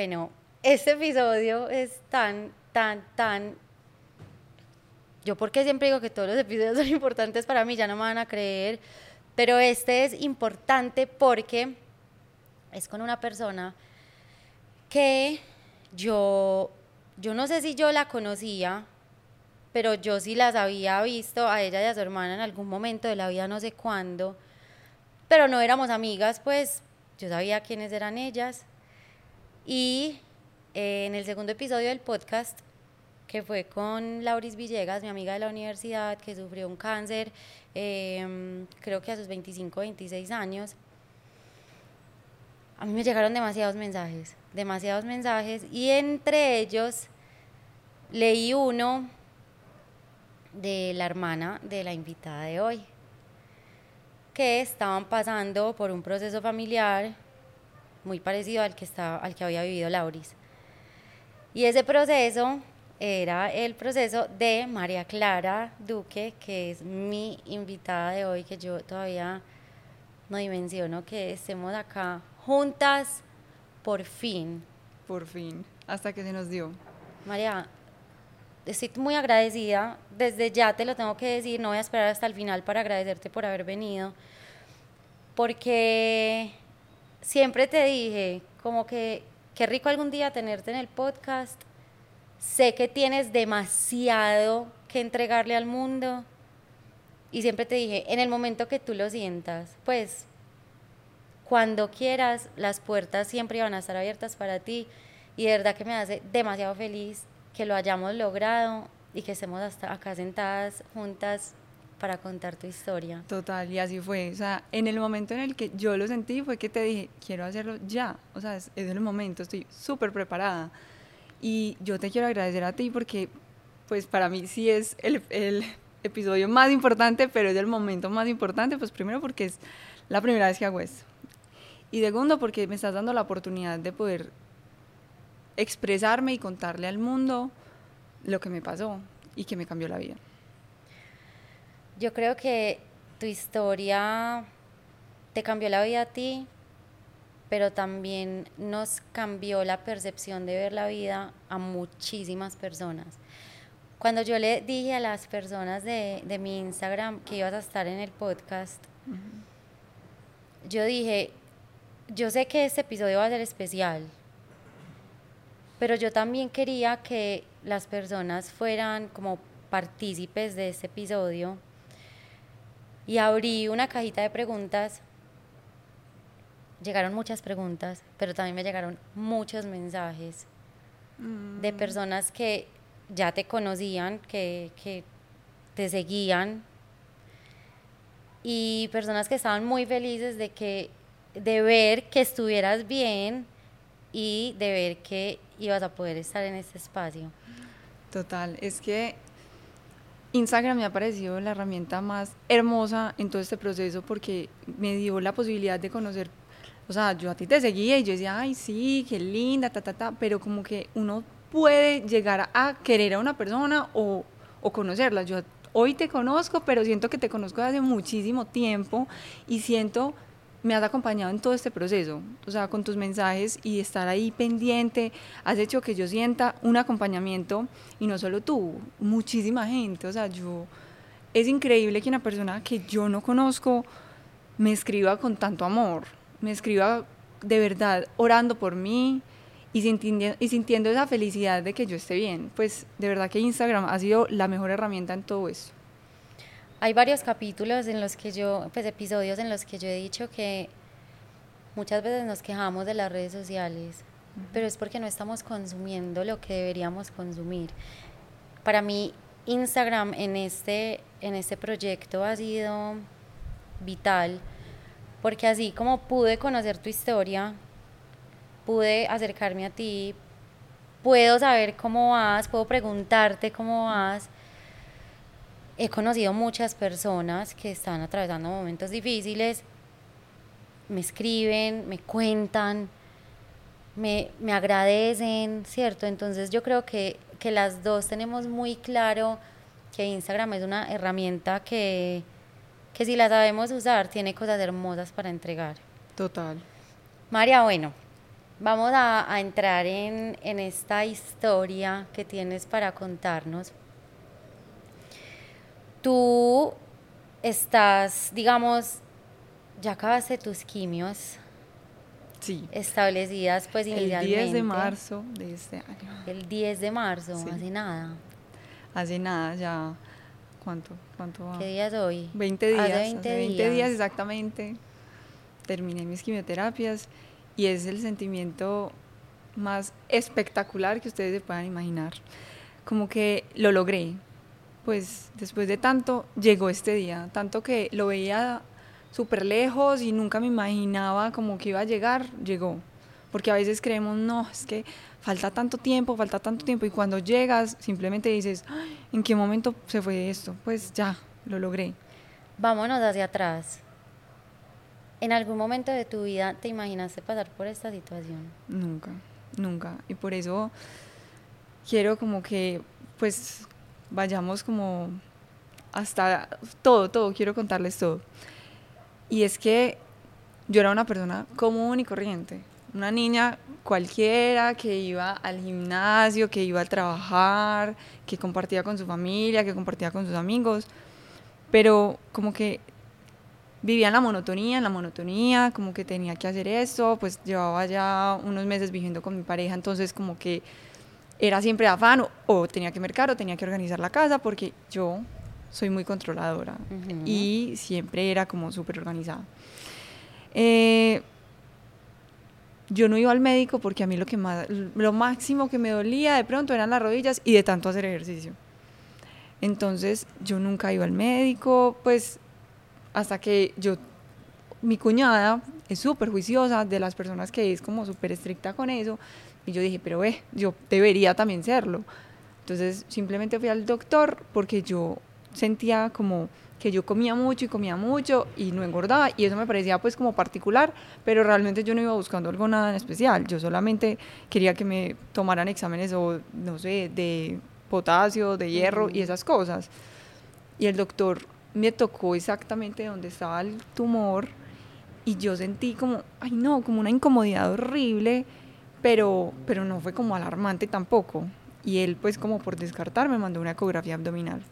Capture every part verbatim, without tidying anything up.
Bueno, este episodio es tan, tan, tan... Yo porque siempre digo que todos los episodios son importantes para mí, ya no me van a creer, pero este es importante porque es con una persona que yo, yo no sé si yo la conocía, pero yo sí las había visto a ella y a su hermana en algún momento de la vida, no sé cuándo, pero no éramos amigas, pues yo sabía quiénes eran ellas. Y eh, en el segundo episodio del podcast, que fue con Lauris Villegas, mi amiga de la universidad, que sufrió un cáncer, eh, creo que a sus veinticinco, veintiséis años, a mí me llegaron demasiados mensajes, demasiados mensajes, y entre ellos leí uno de la hermana de la invitada de hoy, que estaban pasando por un proceso familiar muy parecido al que, estaba, al que había vivido Lauris. Y ese proceso era el proceso de María Clara Duque, que es mi invitada de hoy, que yo todavía no dimensiono que estemos acá juntas por fin. Por fin, hasta que se nos dio. María, estoy muy agradecida, desde ya te lo tengo que decir, no voy a esperar hasta el final para agradecerte por haber venido, porque siempre te dije, como que qué rico algún día tenerte en el podcast. Sé que tienes demasiado que entregarle al mundo y siempre te dije, en el momento que tú lo sientas, pues cuando quieras, las puertas siempre van a estar abiertas para ti, y de verdad que me hace demasiado feliz que lo hayamos logrado y que estemos hasta acá sentadas juntas para contar tu historia. Total, y así fue. O sea, en el momento en el que yo lo sentí fue que te dije, quiero hacerlo ya. O sea, es, es el momento, estoy súper preparada. Y yo te quiero agradecer a ti porque, pues para mí sí es el, el episodio más importante, pero es el momento más importante, pues primero porque es la primera vez que hago esto. Y segundo porque me estás dando la oportunidad de poder expresarme y contarle al mundo lo que me pasó y que me cambió la vida. Yo creo que tu historia te cambió la vida a ti, pero también nos cambió la percepción de ver la vida a muchísimas personas. Cuando yo le dije a las personas de, de mi Instagram que ibas a estar en el podcast, uh-huh, yo dije, yo sé que este episodio va a ser especial, pero yo también quería que las personas fueran como partícipes de este episodio, y abrí una cajita de preguntas. Llegaron muchas preguntas, pero también me llegaron muchos mensajes mm. de personas que ya te conocían, que, que te seguían, y personas que estaban muy felices de, que, de ver que estuvieras bien y de ver que ibas a poder estar en este espacio. Total, es que Instagram me ha parecido la herramienta más hermosa en todo este proceso porque me dio la posibilidad de conocer. O sea, yo a ti te seguía y yo decía, ay, sí, qué linda, ta, ta, ta, pero como que uno puede llegar a querer a una persona o, o conocerla. Yo hoy te conozco, pero siento que te conozco desde hace muchísimo tiempo y siento, me has acompañado en todo este proceso. O sea, con tus mensajes y estar ahí pendiente, has hecho que yo sienta un acompañamiento, y no solo tú, muchísima gente. O sea, yo, es increíble que una persona que yo no conozco me escriba con tanto amor. Me escriba de verdad orando por mí y sintiendo, y sintiendo esa felicidad de que yo esté bien. Pues de verdad que Instagram ha sido la mejor herramienta en todo esto. Hay varios capítulos en los que yo, pues episodios en los que yo he dicho que muchas veces nos quejamos de las redes sociales, uh-huh, pero es porque no estamos consumiendo lo que deberíamos consumir. Para mí Instagram en este, en este proyecto ha sido vital, porque así como pude conocer tu historia, pude acercarme a ti, puedo saber cómo vas, puedo preguntarte cómo vas. He conocido muchas personas que están atravesando momentos difíciles, me escriben, me cuentan, me, me agradecen, ¿cierto? Entonces yo creo que, que las dos tenemos muy claro que Instagram es una herramienta que... que si la sabemos usar, tiene cosas hermosas para entregar. Total. María, bueno, vamos a, a entrar en, en esta historia que tienes para contarnos. Tú estás, digamos, ya acabaste tus quimios Sí. establecidas pues inicialmente. El diez de marzo de este año. El diez de marzo, Sí. hace nada. Hace nada, ya. ¿Cuánto? ¿Cuánto va? ¿Qué día es hoy? veinte días. Hace veinte, hace veinte días. días exactamente. Terminé mis quimioterapias y es el sentimiento más espectacular que ustedes se puedan imaginar. Como que lo logré. Pues después de tanto, llegó este día. Tanto que lo veía súper lejos y nunca me imaginaba como que iba a llegar, llegó. Porque a veces creemos, no, es que falta tanto tiempo, falta tanto tiempo. Y cuando llegas, simplemente dices, "Ay, ¿en qué momento se fue esto? Pues ya, lo logré". Vámonos hacia atrás. ¿En algún momento de tu vida te imaginaste pasar por esta situación? Nunca, nunca. Y por eso quiero como que, pues, vayamos como hasta todo, todo, quiero contarles todo. Y es que yo era una persona común y corriente, una niña cualquiera que iba al gimnasio, que iba a trabajar, que compartía con su familia, que compartía con sus amigos, pero como que vivía en la monotonía, en la monotonía, como que tenía que hacer esto, pues llevaba ya unos meses viviendo con mi pareja, entonces como que era siempre afán, o, o tenía que mercar o tenía que organizar la casa, porque yo soy muy controladora uh-huh. y siempre era como súper organizada. Eh, yo no iba al médico porque a mí lo que más, lo máximo que me dolía de pronto eran las rodillas y de tanto hacer ejercicio. Entonces yo nunca iba al médico, pues hasta que yo, mi cuñada es súper juiciosa, de las personas que es como súper estricta con eso, y yo dije, pero eh, yo debería también serlo. Entonces simplemente fui al doctor porque yo sentía como que yo comía mucho y comía mucho y no engordaba, y eso me parecía pues como particular, pero realmente yo no iba buscando algo nada en especial, yo solamente quería que me tomaran exámenes o no sé, de potasio, de hierro uh-huh. y esas cosas. Y el doctor me tocó exactamente donde estaba el tumor y yo sentí como, ay no, como una incomodidad horrible, pero, pero no fue como alarmante tampoco. Y él pues como por descartar me mandó una ecografía abdominal.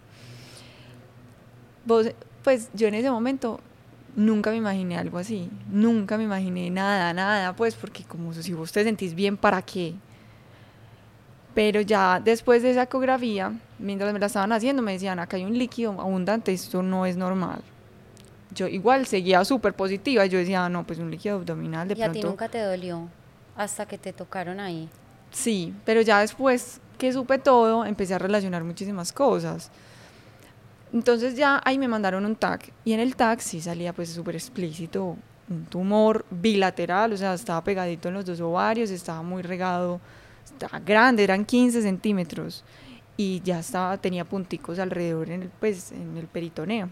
Vos, pues yo en ese momento nunca me imaginé algo así, nunca me imaginé nada, nada, pues porque como si vos te sentís bien, ¿para qué? Pero ya después de esa ecografía, mientras me la estaban haciendo, me decían, acá hay un líquido abundante, esto no es normal. Yo igual seguía súper positiva, yo decía, no, pues un líquido abdominal de ¿Y pronto. ¿Y a ti nunca te dolió hasta que te tocaron ahí? Sí, pero ya después que supe todo, empecé a relacionar muchísimas cosas. Entonces ya ahí me mandaron un T A C, y en el T A C sí salía pues súper explícito un tumor bilateral, o sea, estaba pegadito en los dos ovarios, estaba muy regado, estaba grande, eran quince centímetros, y ya estaba, tenía punticos alrededor en el, pues, en el peritoneo.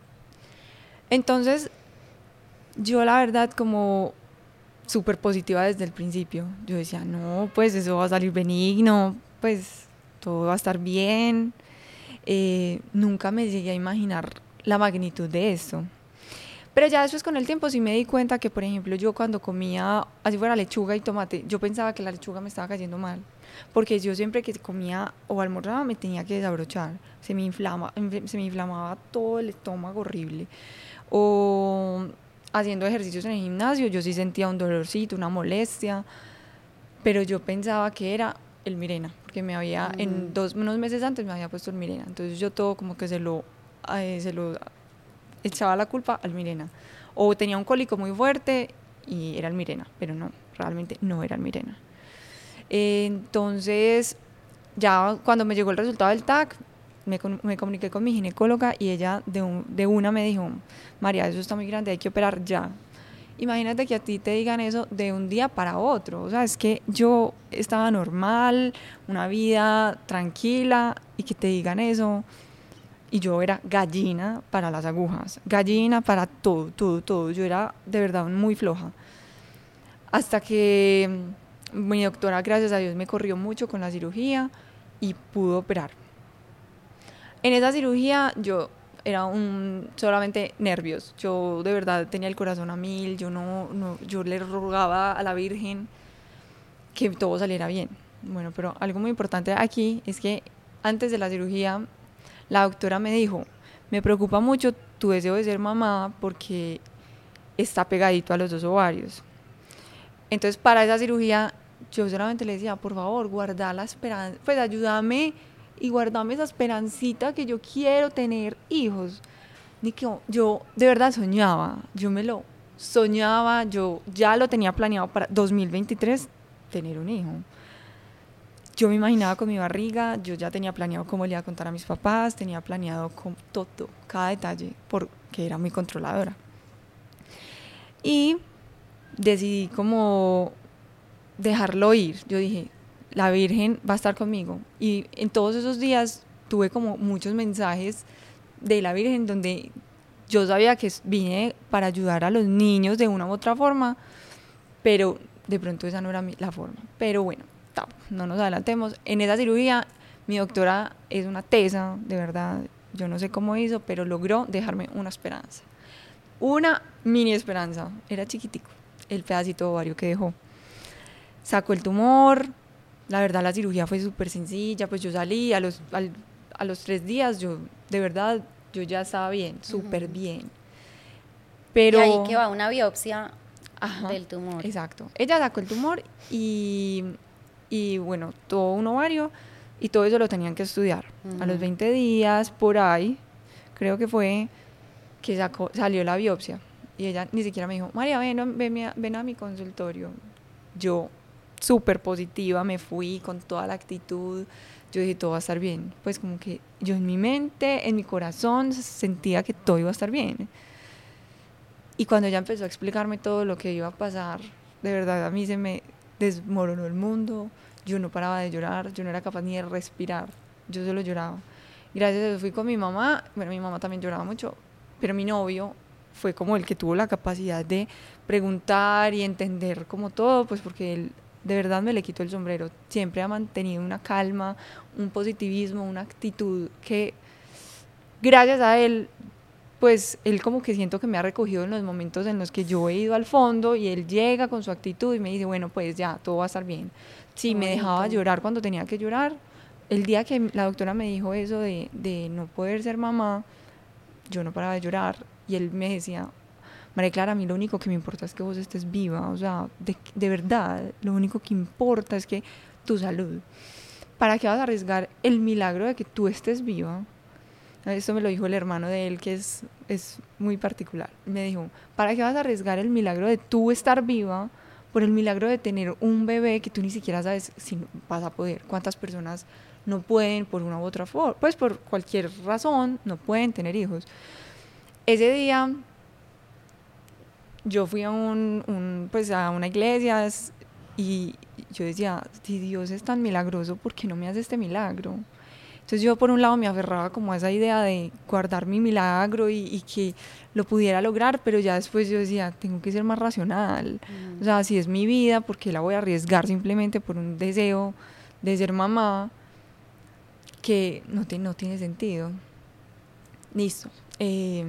Entonces, yo la verdad como súper positiva desde el principio, yo decía, no, pues eso va a salir benigno, pues todo va a estar bien. Eh, nunca me llegué a imaginar la magnitud de esto. Pero ya después con el tiempo sí me di cuenta que, por ejemplo, yo cuando comía, así fuera lechuga y tomate, yo pensaba que la lechuga me estaba cayendo mal, porque yo siempre que comía o almorzaba me tenía que desabrochar, se me inflama, se me inflamaba todo el estómago horrible. O haciendo ejercicios en el gimnasio, yo sí sentía un dolorcito, una molestia, pero yo pensaba que era el Mirena, porque me había, mm. en dos, unos meses antes me había puesto el Mirena, entonces yo todo como que se lo, eh, se lo echaba la culpa al Mirena, o tenía un cólico muy fuerte y era el Mirena, pero no, realmente no era el Mirena. Eh, entonces, ya cuando me llegó el resultado del T A C, me, me comuniqué con mi ginecóloga y ella de, un, de una me dijo, María, eso está muy grande, hay que operar ya. Imagínate que a ti te digan eso de un día para otro, o sea, es que yo estaba normal, una vida tranquila, y que te digan eso, y yo era gallina para las agujas, gallina para todo, todo, todo, yo era de verdad muy floja, hasta que mi doctora, gracias a Dios, me corrió mucho con la cirugía y pudo operar. En esa cirugía yo era un, solamente nervios, yo de verdad tenía el corazón a mil, yo no, no, yo le rogaba a la Virgen que todo saliera bien. Bueno, pero algo muy importante aquí es que antes de la cirugía, la doctora me dijo, me preocupa mucho tu deseo de ser mamá porque está pegadito a los dos ovarios. Entonces, para esa cirugía, yo solamente le decía, por favor, guarda la esperanza, pues ayúdame y guardame esa esperancita que yo quiero tener hijos. Ni que yo de verdad soñaba, yo me lo soñaba, yo ya lo tenía planeado para dos mil veintitrés tener un hijo. Yo me imaginaba con mi barriga, yo ya tenía planeado cómo le iba a contar a mis papás, tenía planeado con todo, cada detalle, porque era muy controladora. Y decidí como dejarlo ir. Yo dije, la Virgen va a estar conmigo. Y en todos esos días tuve como muchos mensajes de la Virgen donde yo sabía que vine para ayudar a los niños de una u otra forma, pero de pronto esa no era mi, la forma. Pero bueno, ta, no nos adelantemos. En esa cirugía, mi doctora es una tesa, de verdad, yo no sé cómo hizo, pero logró dejarme una esperanza. Una mini esperanza, era chiquitico, el pedacito de ovario que dejó. Sacó el tumor, la verdad la cirugía fue súper sencilla, pues yo salí a los, al, a los tres días, yo de verdad, yo ya estaba bien, súper uh-huh. bien. Pero, y ahí que va una biopsia ajá, del tumor. Exacto, ella sacó el tumor y, y bueno, todo un ovario y todo eso lo tenían que estudiar. Uh-huh. A los veinte días, por ahí, creo que fue que sacó, salió la biopsia y ella ni siquiera me dijo, María, ven, ven, ven a mi consultorio. Yo súper positiva me fui con toda la actitud, yo dije todo va a estar bien, pues como que yo en mi mente, en mi corazón sentía que todo iba a estar bien. Y cuando ella empezó a explicarme todo lo que iba a pasar, de verdad a mí se me desmoronó el mundo, yo no paraba de llorar, yo no era capaz ni de respirar, yo solo lloraba. Gracias a eso fui con mi mamá, bueno, mi mamá también lloraba mucho, pero mi novio fue como el que tuvo la capacidad de preguntar y entender como todo, pues porque él de verdad me le quitó el sombrero, siempre ha mantenido una calma, un positivismo, una actitud que gracias a él, pues él como que siento que me ha recogido en los momentos en los que yo he ido al fondo y él llega con su actitud y me dice, bueno, pues ya, todo va a estar bien. Sí, me dejaba llorar cuando tenía que llorar. El día que la doctora me dijo eso de, de no poder ser mamá, yo no paraba de llorar y él me decía, María Clara, a mí lo único que me importa es que vos estés viva, o sea, de, de verdad, lo único que importa es que tu salud. ¿Para qué vas a arriesgar el milagro de que tú estés viva? Esto me lo dijo el hermano de él, que es, es muy particular. Me dijo, ¿para qué vas a arriesgar el milagro de tú estar viva por el milagro de tener un bebé que tú ni siquiera sabes si vas a poder? ¿Cuántas personas no pueden por una u otra forma? Pues por cualquier razón no pueden tener hijos. Ese día yo fui a, un, un, pues a una iglesia y yo decía, si Dios es tan milagroso, ¿por qué no me hace este milagro? Entonces yo por un lado me aferraba como a esa idea de guardar mi milagro y, y que lo pudiera lograr, pero ya después yo decía, tengo que ser más racional. Mm. O sea, si es mi vida, ¿por qué la voy a arriesgar simplemente por un deseo de ser mamá que no, te, no tiene sentido? Listo. Eh,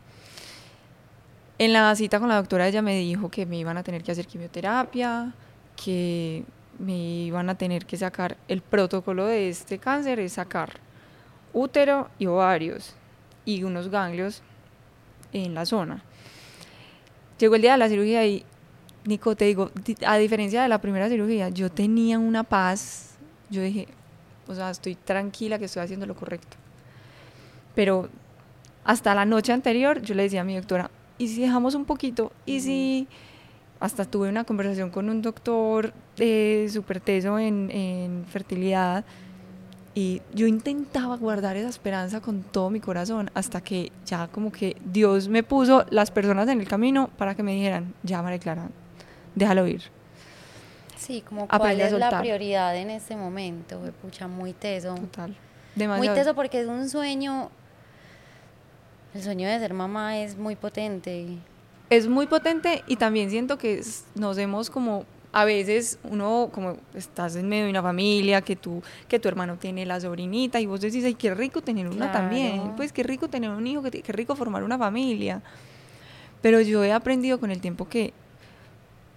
en la cita con la doctora ella me dijo que me iban a tener que hacer quimioterapia, que me iban a tener que sacar, el protocolo de este cáncer es sacar útero y ovarios y unos ganglios en la zona. Llegó el día de la cirugía y, Nico, te digo, a diferencia de la primera cirugía, yo tenía una paz, yo dije, o sea, estoy tranquila que estoy haciendo lo correcto. Pero hasta la noche anterior yo le decía a mi doctora, ¿y si dejamos un poquito? ¿Y si...? Hasta tuve una conversación con un doctor eh, súper teso en, en fertilidad y yo intentaba guardar esa esperanza con todo mi corazón hasta que ya como que Dios me puso las personas en el camino para que me dijeran, ya María Clara, déjalo ir. Sí, como cuál es la prioridad en este momento, pucha, muy teso. Total, demasiado. Muy teso porque es un sueño, el sueño de ser mamá es muy potente. Es muy potente y también siento que nos hemos como, a veces uno como estás en medio de una familia, que, tú, que tu hermano tiene la sobrinita y vos decís, ay, qué rico tener una claro. también, pues qué rico tener un hijo, qué, qué rico formar una familia. Pero yo he aprendido con el tiempo que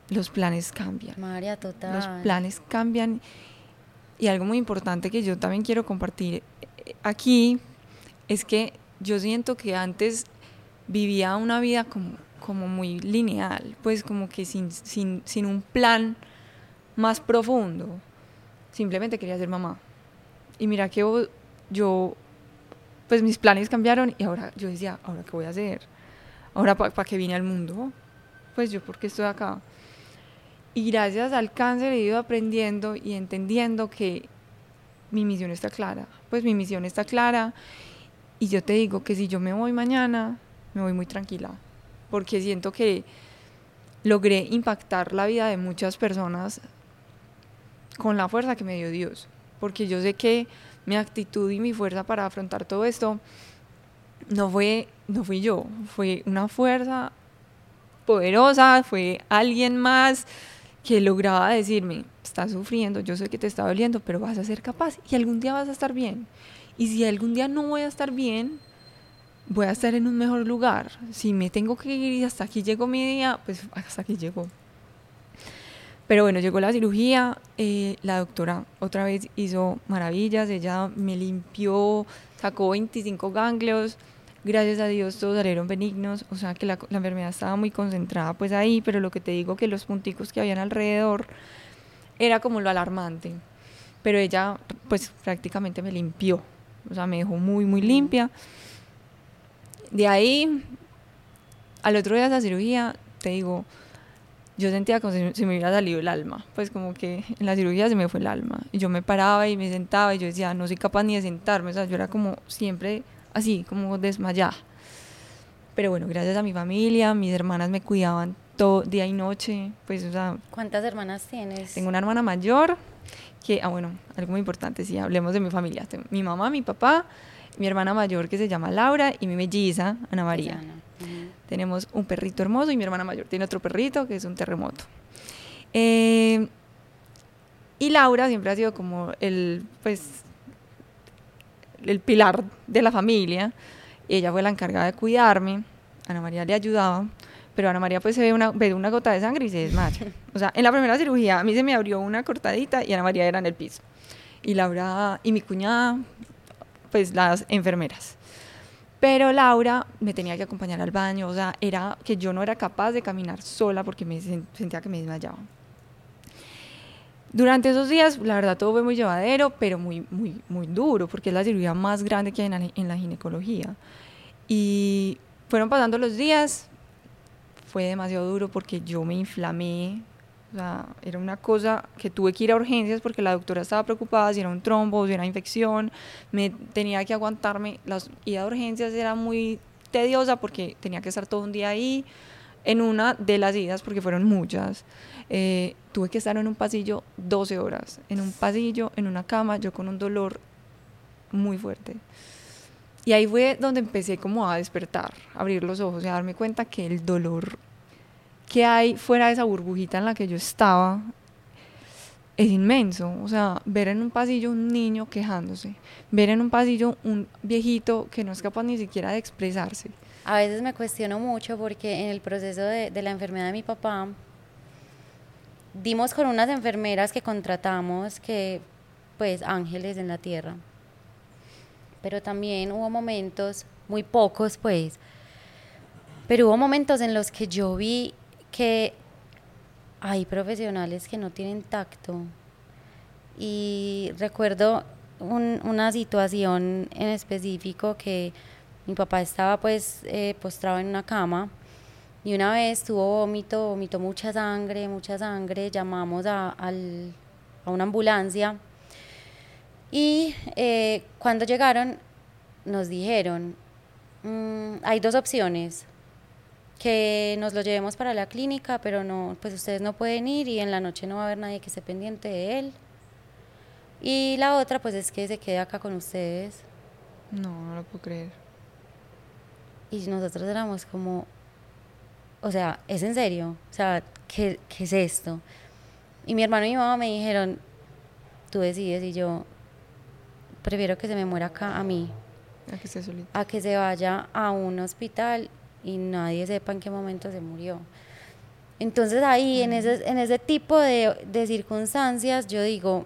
los planes cambian. María, total. Los planes cambian. Y algo muy importante que yo también quiero compartir aquí es que yo siento que antes vivía una vida como, como muy lineal, pues como que sin, sin, sin un plan más profundo. Simplemente quería ser mamá. Y mira que yo, pues mis planes cambiaron y ahora yo decía, ¿ahora qué voy a hacer? ¿Ahora para pa qué vine al mundo? Pues yo, ¿por qué estoy acá? Y gracias al cáncer he ido aprendiendo y entendiendo que mi misión está clara. Pues mi misión está clara y yo te digo que si yo me voy mañana, me voy muy tranquila. Porque siento que logré impactar la vida de muchas personas con la fuerza que me dio Dios. Porque yo sé que mi actitud y mi fuerza para afrontar todo esto no fue, no fui yo, fue una fuerza poderosa, fue alguien más que lograba decirme, estás sufriendo, yo sé que te está doliendo, pero vas a ser capaz y algún día vas a estar bien. Y si algún día no voy a estar bien, voy a estar en un mejor lugar. Si me tengo que ir y hasta aquí llegó mi día, pues hasta aquí llegó. Pero bueno, llegó la cirugía, eh, la doctora otra vez hizo maravillas, ella me limpió, sacó veinticinco ganglios, gracias a Dios todos salieron benignos, o sea que la, la enfermedad estaba muy concentrada pues ahí, pero lo que te digo que los punticos que habían alrededor era como lo alarmante, pero ella pues prácticamente me limpió, o sea me dejó muy muy limpia. De ahí al otro día de la cirugía, te digo, yo sentía como si se me hubiera salido el alma, pues como que en la cirugía se me fue el alma, y yo me paraba y me sentaba y yo decía, no soy capaz ni de sentarme, o sea yo era como siempre así, como desmayada. Pero bueno, gracias a mi familia, mis hermanas me cuidaban todo día y noche, pues o sea... ¿Cuántas hermanas tienes? Tengo una hermana mayor, que, ah bueno, algo muy importante, sí, hablemos de mi familia, tengo mi mamá, mi papá, mi hermana mayor que se llama Laura y mi melliza, Ana María. Uh-huh. Tenemos un perrito hermoso y mi hermana mayor tiene otro perrito que es un terremoto. Eh, y Laura siempre ha sido como el, pues, el pilar de la familia. Ella fue la encargada de cuidarme, Ana María le ayudaba, pero Ana María pues se ve una, ve una gota de sangre y se desmaya. O sea, en la primera cirugía a mí se me abrió una cortadita y Ana María era en el piso. Y Laura y mi cuñada, pues las enfermeras. Pero Laura me tenía que acompañar al baño, o sea, era que yo no era capaz de caminar sola porque me sentía que me desmayaba. Durante esos días, la verdad, todo fue muy llevadero, pero muy, muy, muy duro, porque es la cirugía más grande que hay en la, en la ginecología. Y fueron pasando los días, fue demasiado duro porque yo me inflamé, o sea, era una cosa que tuve que ir a urgencias porque la doctora estaba preocupada si era un trombo, si era infección, me tenía que aguantarme, la ida a urgencias era muy tediosa porque tenía que estar todo un día ahí, en una de las idas, porque fueron muchas, eh, tuve que estar en un pasillo doce horas, en un pasillo, en una cama, yo con un dolor muy fuerte. Y ahí fue donde empecé como a despertar, a abrir los ojos y a darme cuenta que el dolor que hay fuera de esa burbujita en la que yo estaba es inmenso. O sea, ver en un pasillo un niño quejándose, ver en un pasillo un viejito que no es capaz ni siquiera de expresarse. A veces me cuestiono mucho porque en el proceso de, de la enfermedad de mi papá dimos con unas enfermeras que contratamos que, pues, ángeles en la tierra. Pero también hubo momentos, muy pocos pues, pero hubo momentos en los que yo vi que hay profesionales que no tienen tacto. Y recuerdo un, una situación en específico que mi papá estaba pues eh, postrado en una cama y una vez tuvo vómito, vomitó mucha sangre, mucha sangre, llamamos a, al, a una ambulancia y eh, cuando llegaron nos dijeron, mmm, hay dos opciones, que nos lo llevemos para la clínica, pero no, pues ustedes no pueden ir y en la noche no va a haber nadie que esté pendiente de él. Y la otra, pues es que se quede acá con ustedes. No, no lo puedo creer. Y nosotros éramos como, o sea, ¿es en serio? O sea, ¿qué, qué es esto? Y mi hermano y mi mamá me dijeron, tú decides, y yo prefiero que se me muera acá a mí. A que esté solito. A que se vaya a un hospital y nadie sepa en qué momento se murió. Entonces ahí, en ese, en ese tipo de, de circunstancias, yo digo,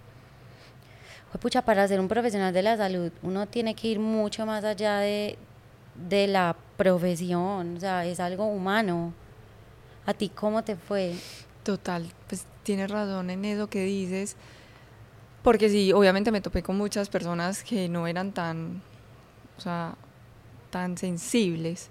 pucha, para ser un profesional de la salud, uno tiene que ir mucho más allá de, de la profesión, o sea, es algo humano. ¿A ti cómo te fue? Total, pues tienes razón en eso que dices, porque sí, obviamente me topé con muchas personas que no eran tan, o sea, tan sensibles.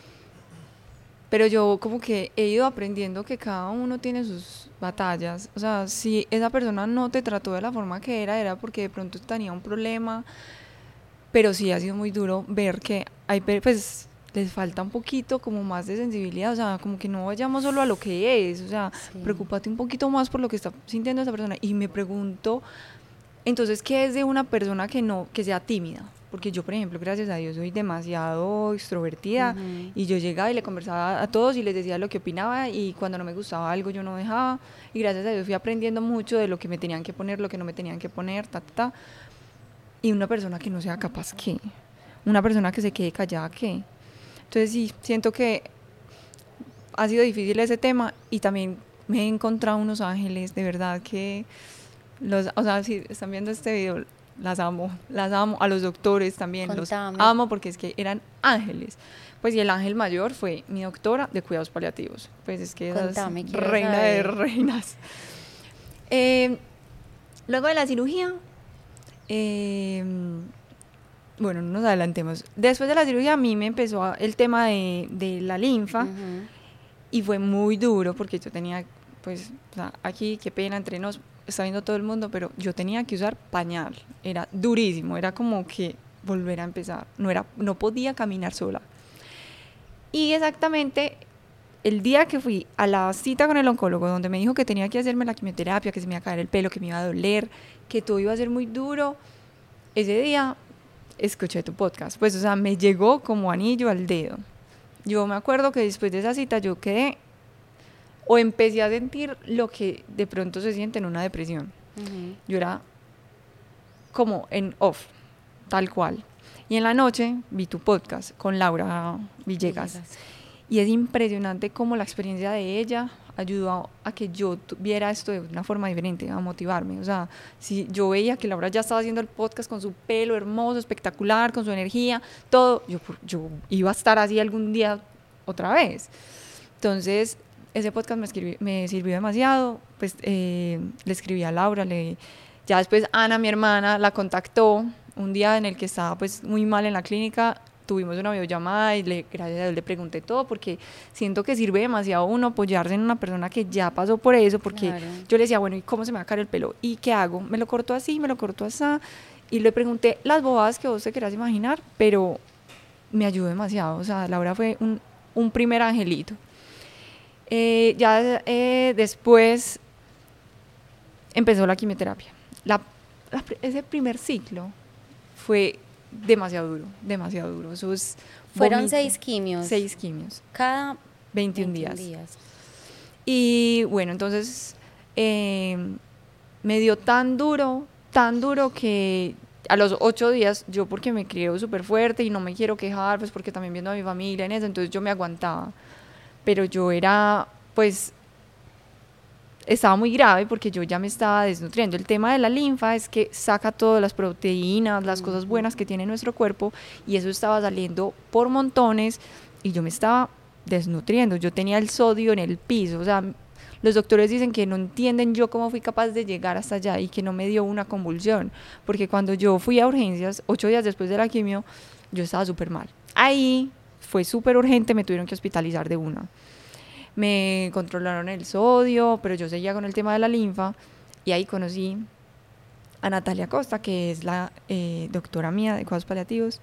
Pero yo como que he ido aprendiendo que cada uno tiene sus batallas. O sea, si esa persona no te trató de la forma que era, era porque de pronto tenía un problema. Pero sí ha sido muy duro ver que hay, pues, les falta un poquito como más de sensibilidad. O sea, como que no vayamos solo a lo que es. O sea, sí. Preocúpate un poquito más por lo que está sintiendo esa persona. Y me pregunto, entonces, ¿qué es de una persona que no, que sea tímida? Porque yo, por ejemplo, gracias a Dios, soy demasiado extrovertida, uh-huh. Y yo llegaba y le conversaba a todos y les decía lo que opinaba, y cuando no me gustaba algo yo no dejaba, y gracias a Dios fui aprendiendo mucho de lo que me tenían que poner, lo que no me tenían que poner, ta, ta, ta. Y una persona que no sea capaz, ¿qué? Una persona que se quede callada, ¿qué? Entonces sí, siento que ha sido difícil ese tema, y también me he encontrado unos ángeles, de verdad que, los, o sea, si están viendo este video, las amo, las amo, a los doctores también. Contame. Los amo porque es que eran ángeles. Pues y el ángel mayor fue mi doctora de cuidados paliativos, pues es que Contame, es reina saber. de reinas. Eh, luego de la cirugía, eh, bueno, no nos adelantemos, después de la cirugía a mí me empezó a, el tema de, de la linfa, uh-huh. Y fue muy duro porque yo tenía, pues, o sea, aquí, qué pena, entre nos, está viendo todo el mundo, pero yo tenía que usar pañal, era durísimo, era como que volver a empezar, no, era, no podía caminar sola. Y exactamente el día que fui a la cita con el oncólogo, donde me dijo que tenía que hacerme la quimioterapia, que se me iba a caer el pelo, que me iba a doler, que todo iba a ser muy duro, ese día escuché tu podcast, pues, o sea, me llegó como anillo al dedo. Yo me acuerdo que después de esa cita yo quedé, o empecé a sentir lo que de pronto se siente en una depresión. Uh-huh. Yo era como en off, tal cual. Y en la noche vi tu podcast con Laura Villegas. Villegas. Y es impresionante cómo la experiencia de ella ayudó a, a que yo viera esto de una forma diferente, a motivarme. O sea, si yo veía que Laura ya estaba haciendo el podcast con su pelo hermoso, espectacular, con su energía, todo, yo, yo iba a estar así algún día otra vez. Entonces, ese podcast me, escribí, me sirvió demasiado, pues eh, le escribí a Laura, le, ya después Ana, mi hermana, la contactó un día en el que estaba pues muy mal en la clínica, tuvimos una videollamada y le, gracias a Dios le pregunté todo, porque siento que sirve demasiado uno apoyarse en una persona que ya pasó por eso, porque claro. Yo le decía, bueno, ¿y cómo se me va a caer el pelo? ¿Y qué hago? ¿Me lo corto así? ¿Me lo corto así? Y le pregunté las bobadas que vos te querás imaginar, pero me ayudó demasiado, o sea, Laura fue un, un primer angelito. Eh, ya eh, después empezó la quimioterapia. La, la, ese primer ciclo fue demasiado duro, demasiado duro. Eso es Fueron vomito. seis quimios. Seis quimios. Cada veintiún, veintiún días. días. Y bueno, entonces eh, me dio tan duro, tan duro que a los ocho días, yo porque me crié súper fuerte y no me quiero quejar, pues porque también viendo a mi familia en eso, entonces yo me aguantaba. Pero yo era, pues, estaba muy grave porque yo ya me estaba desnutriendo. El tema de la linfa es que saca todas las proteínas, las uh-huh. cosas buenas que tiene nuestro cuerpo, y eso estaba saliendo por montones y yo me estaba desnutriendo. Yo tenía el sodio en el piso, o sea, los doctores dicen que no entienden yo cómo fui capaz de llegar hasta allá y que no me dio una convulsión, porque cuando yo fui a urgencias, ocho días después de la quimio, yo estaba súper mal. Ahí fue súper urgente, me tuvieron que hospitalizar de una. Me controlaron el sodio, pero yo seguía con el tema de la linfa, y ahí conocí a Natalia Costa, que es la eh, doctora mía de cuidados paliativos,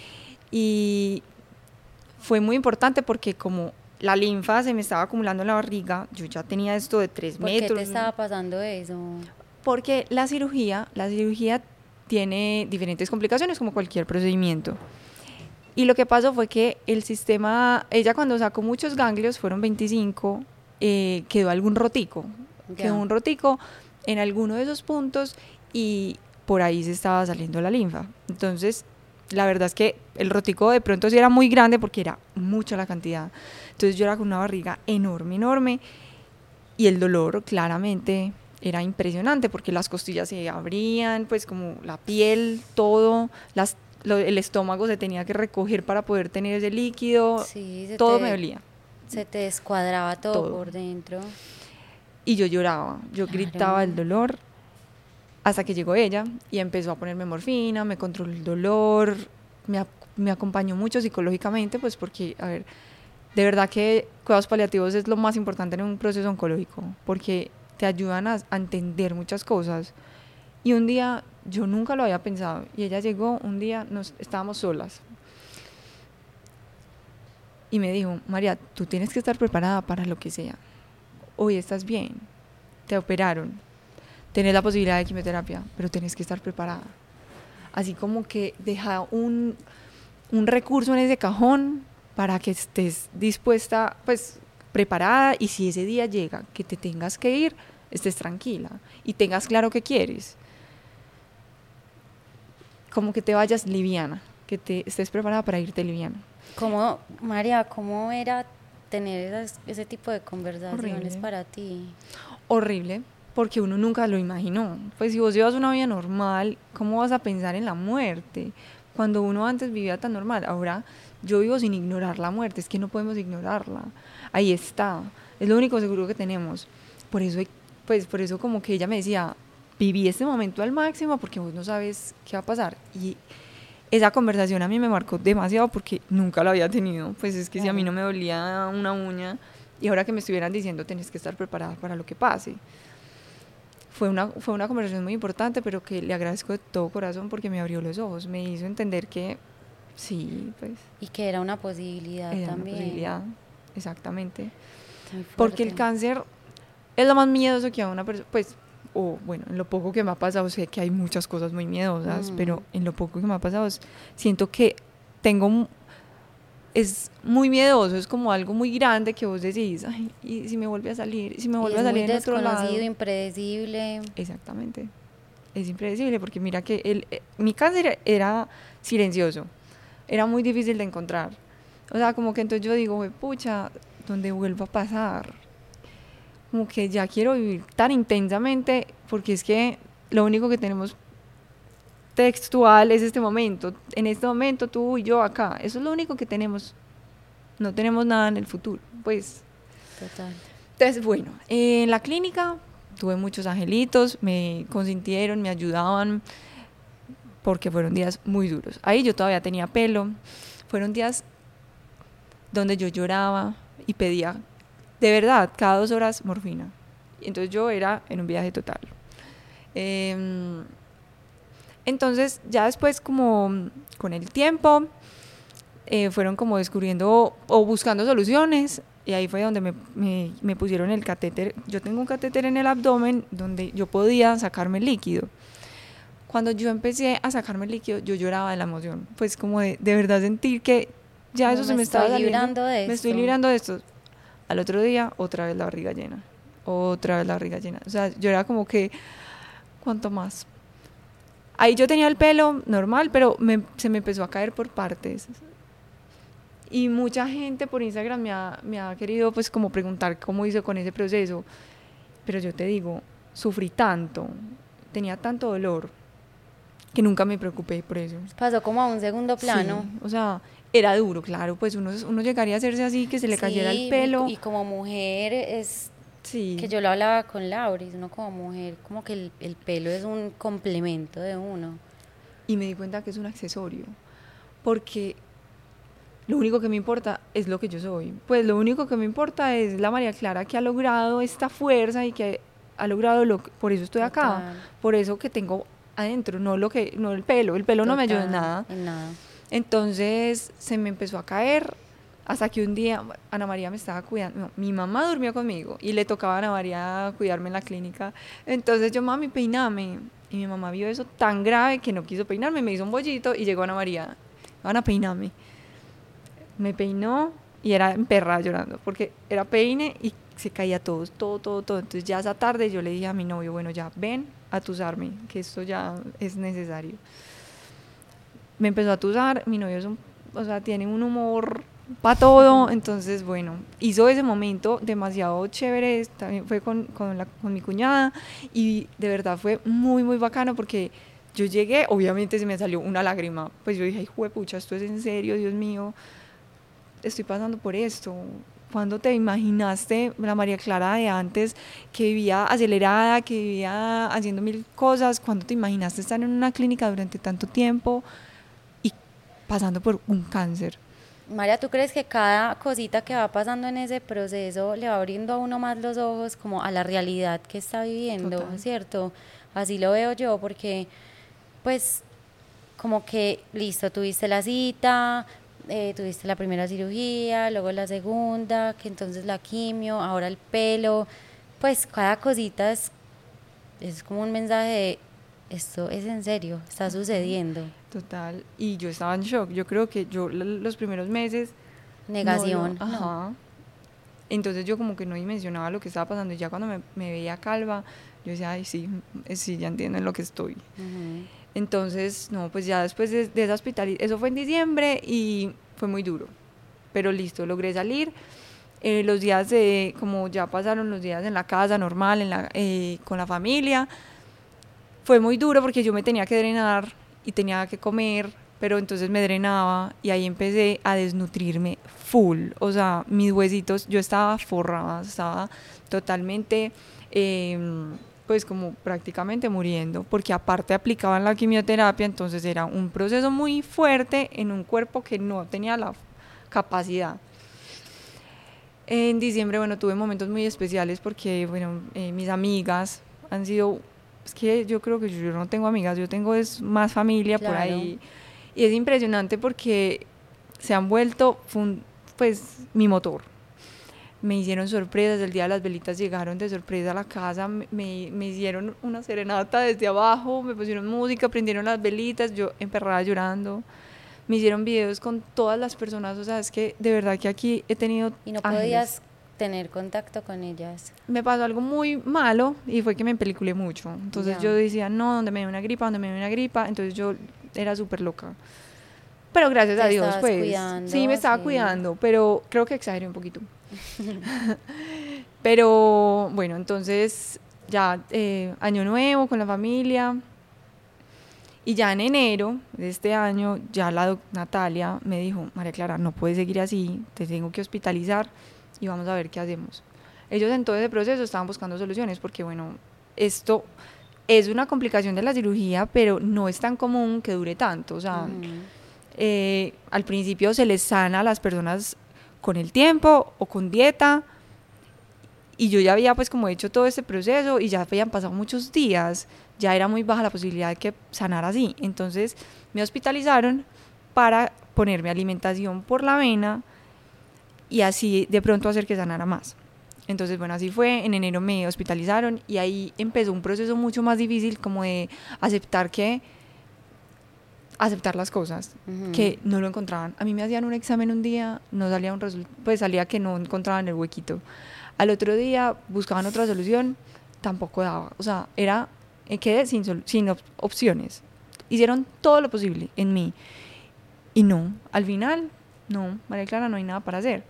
y fue muy importante porque como la linfa se me estaba acumulando en la barriga, yo ya tenía esto de tres metros. ¿Por qué te estaba pasando eso? Porque la cirugía, la cirugía tiene diferentes complicaciones como cualquier procedimiento. Y lo que pasó fue que el sistema, ella cuando sacó muchos ganglios, fueron veinticinco, eh, quedó algún rotico, yeah. quedó un rotico en alguno de esos puntos y por ahí se estaba saliendo la linfa. Entonces, la verdad es que el rotico de pronto sí era muy grande porque era mucha la cantidad. Entonces yo era con una barriga enorme, enorme, y el dolor claramente era impresionante porque las costillas se abrían, pues como la piel, todo, las, lo, el estómago se tenía que recoger para poder tener ese líquido, Sí, se todo te, me dolía. se te descuadraba todo, Todo. por dentro. Y yo lloraba, yo Claro. gritaba el dolor hasta que llegó ella y empezó a ponerme morfina, me controló el dolor, me, me acompañó mucho psicológicamente, pues porque, a ver, de verdad que cuidados paliativos es lo más importante en un proceso oncológico, porque te ayudan a, a entender muchas cosas. Y un día, yo nunca lo había pensado, y ella llegó, un día nos estábamos solas, y me dijo, María, tú tienes que estar preparada para lo que sea. Hoy estás bien, te operaron, tenés la posibilidad de quimioterapia, pero tienes que estar preparada. Así como que deja un, un recurso en ese cajón para que estés dispuesta, pues preparada, y si ese día llega que te tengas que ir, estés tranquila y tengas claro qué quieres. Como que te vayas liviana, que te estés preparada para irte liviana. ¿Cómo, María, cómo era tener esas, ese tipo de conversaciones Horrible. para ti? Horrible, porque uno nunca lo imaginó. Pues si vos llevas una vida normal, ¿cómo vas a pensar en la muerte? Cuando uno antes vivía tan normal, ahora yo vivo sin ignorar la muerte, es que no podemos ignorarla. Ahí está, es lo único seguro que tenemos. Por eso, pues por eso como que ella me decía, viví este momento al máximo porque vos no sabes qué va a pasar. Y esa conversación a mí me marcó demasiado porque nunca la había tenido. Pues es que claro, si a mí no me dolía una uña y ahora que me estuvieran diciendo tenés que estar preparada para lo que pase. Fue una, fue una conversación muy importante, pero que le agradezco de todo corazón porque me abrió los ojos, me hizo entender que sí, pues... Y que era una posibilidad era también. Una posibilidad, exactamente. Muy Porque el cáncer es lo más miedoso que a una persona, pues, o bueno, en lo poco que me ha pasado, sé que hay muchas cosas muy miedosas, mm. pero en lo poco que me ha pasado, siento que tengo... es muy miedoso, es como algo muy grande que vos decís, ay, y si me vuelve a salir, si me vuelve a salir en otro lado. Es desconocido, impredecible. Exactamente, es impredecible porque mira que el, eh, mi cáncer era silencioso, era muy difícil de encontrar, o sea, como que entonces yo digo, pucha, ¿dónde vuelva a pasar? Como que ya quiero vivir tan intensamente porque es que lo único que tenemos textual es este momento, en este momento tú y yo acá, eso es lo único que tenemos, no tenemos nada en el futuro, pues. Total. Entonces, bueno, en la clínica tuve muchos angelitos, me consintieron, me ayudaban, porque fueron días muy duros. Ahí yo todavía tenía pelo, fueron días donde yo lloraba y pedía, de verdad, cada dos horas morfina. Entonces yo era en un viaje total. Eh, Entonces ya después como con el tiempo eh, fueron como descubriendo o buscando soluciones y ahí fue donde me, me, me pusieron el catéter. Yo tengo un catéter en el abdomen donde yo podía sacarme el líquido. Cuando yo empecé a sacarme el líquido yo lloraba de la emoción, pues como de, de verdad sentir que ya no, eso se me, me estaba saliendo. De me esto. estoy librando de esto. Al otro día otra vez la barriga llena, otra vez la barriga llena. O sea, yo era como que, ¿cuánto más? Ahí yo tenía el pelo normal, pero me, se me empezó a caer por partes. Y mucha gente por Instagram me ha, me ha querido pues como preguntar cómo hice con ese proceso. Pero yo te digo, sufrí tanto, tenía tanto dolor, que nunca me preocupé por eso. Pasó como a un segundo plano. Sí, o sea, era duro, claro, pues uno, uno llegaría a hacerse así, que se le sí, cayera el pelo. Y, y como mujer es... Sí. Que yo lo hablaba con Lauris, uno como mujer, como que el, el pelo es un complemento de uno. Y me di cuenta que es un accesorio, porque lo único que me importa es lo que yo soy. Pues lo único que me importa es la María Clara que ha logrado esta fuerza y que ha logrado lo que, por eso estoy Total. Acá, por eso que tengo adentro, no lo que no el pelo, el pelo Total, no me ayuda en nada. En nada. Entonces se me empezó a caer. Hasta que un día Ana María me estaba cuidando, no, mi mamá durmió conmigo y le tocaba a Ana María cuidarme en la clínica. Entonces yo, mami, peiname. Y mi mamá vio eso tan grave que no quiso peinarme, me hizo un bollito y llegó Ana María, Ana, peiname. Me peinó y era emperrada llorando porque era peine y se caía todo, todo, todo, todo. Entonces ya esa tarde yo le dije a mi novio, bueno, ya ven a tusarme, que esto ya es necesario. me empezó a tusar, mi novio es un, o sea, tiene un humor para todo, entonces bueno, hizo ese momento demasiado chévere, también fue con, con, la, con mi cuñada y de verdad fue muy muy bacano porque yo llegué, obviamente se me salió una lágrima, pues yo dije, ay juepucha, esto es en serio, Dios mío, estoy pasando por esto. ¿Cuándo te imaginaste la María Clara de antes, que vivía acelerada, que vivía haciendo mil cosas? ¿Cuándo te imaginaste estar en una clínica durante tanto tiempo y pasando por un cáncer? María, ¿tú crees que cada cosita que va pasando en ese proceso le va abriendo a uno más los ojos como a la realidad que está viviendo, Total. ¿cierto? Así lo veo yo, porque pues como que, listo, tuviste la cita, eh, tuviste la primera cirugía, luego la segunda, que entonces la quimio, ahora el pelo, pues cada cosita es, es como un mensaje de, esto es en serio, está sucediendo. Total, y yo estaba en shock, yo creo que yo los primeros meses... Negación, no, lo, ajá. no. Entonces yo como que no dimensionaba lo que estaba pasando y ya cuando me, me veía calva, yo decía, ay sí, sí, ya entiendo en lo que estoy. Uh-huh. Entonces, no, pues ya después de, de esa hospitalización, eso fue en diciembre y fue muy duro, pero listo, logré salir. Eh, los días de, como ya pasaron los días en la casa normal, en la, eh, con la familia, fue muy duro porque yo me tenía que drenar y tenía que comer, pero entonces me drenaba y ahí empecé a desnutrirme full, o sea, mis huesitos, yo estaba forrada, estaba totalmente, eh, pues como prácticamente muriendo, porque aparte aplicaban la quimioterapia, entonces era un proceso muy fuerte en un cuerpo que no tenía la capacidad. En diciembre, bueno, tuve momentos muy especiales porque, bueno, eh, mis amigas han sido, es que yo creo que yo no tengo amigas, yo tengo es más familia claro. por ahí, y es impresionante porque se han vuelto, fun, pues, mi motor. Me hicieron sorpresas, el día de las velitas llegaron de sorpresa a la casa, me, me hicieron una serenata desde abajo, me pusieron música, prendieron las velitas, yo emperrada llorando. Me hicieron videos con todas las personas, o sea, es que de verdad que aquí he tenido ¿Y no ángeles. podías tener contacto con ellas? Me pasó algo muy malo y fue que me empeliculé mucho. Entonces ya. Yo decía, no, donde me dio una gripa, donde me dio una gripa. Entonces yo era súper loca. Pero gracias ¿Te a Dios, pues. Cuidando, sí, me estaba sí. cuidando, pero creo que exageré un poquito. Pero bueno, entonces ya eh, año nuevo con la familia. Y ya en enero de este año, ya la doctora Natalia me dijo, María Clara, no puedes seguir así, te tengo que hospitalizar y vamos a ver qué hacemos. Ellos en todo ese proceso estaban buscando soluciones porque, bueno, esto es una complicación de la cirugía, pero no es tan común que dure tanto. O sea, uh-huh. eh, al principio se les sana a las personas con el tiempo o con dieta, y yo ya había pues como hecho todo este proceso y ya habían pasado muchos días, ya era muy baja la posibilidad de que sanara así. Entonces me hospitalizaron para ponerme alimentación por la vena y así de pronto hacer que sanara más. Entonces, bueno, así fue. En enero me hospitalizaron y ahí empezó un proceso mucho más difícil, como de aceptar que aceptar las cosas, uh-huh. que no lo encontraban. A mí me hacían un examen un día, no salía un resultado, pues salía que no encontraban el huequito. Al otro día buscaban otra solución, tampoco daba. O sea, era, quedé sin, sol, sin op- opciones. Hicieron todo lo posible en mí. Y no, al final, no, María Clara, no hay nada para hacer.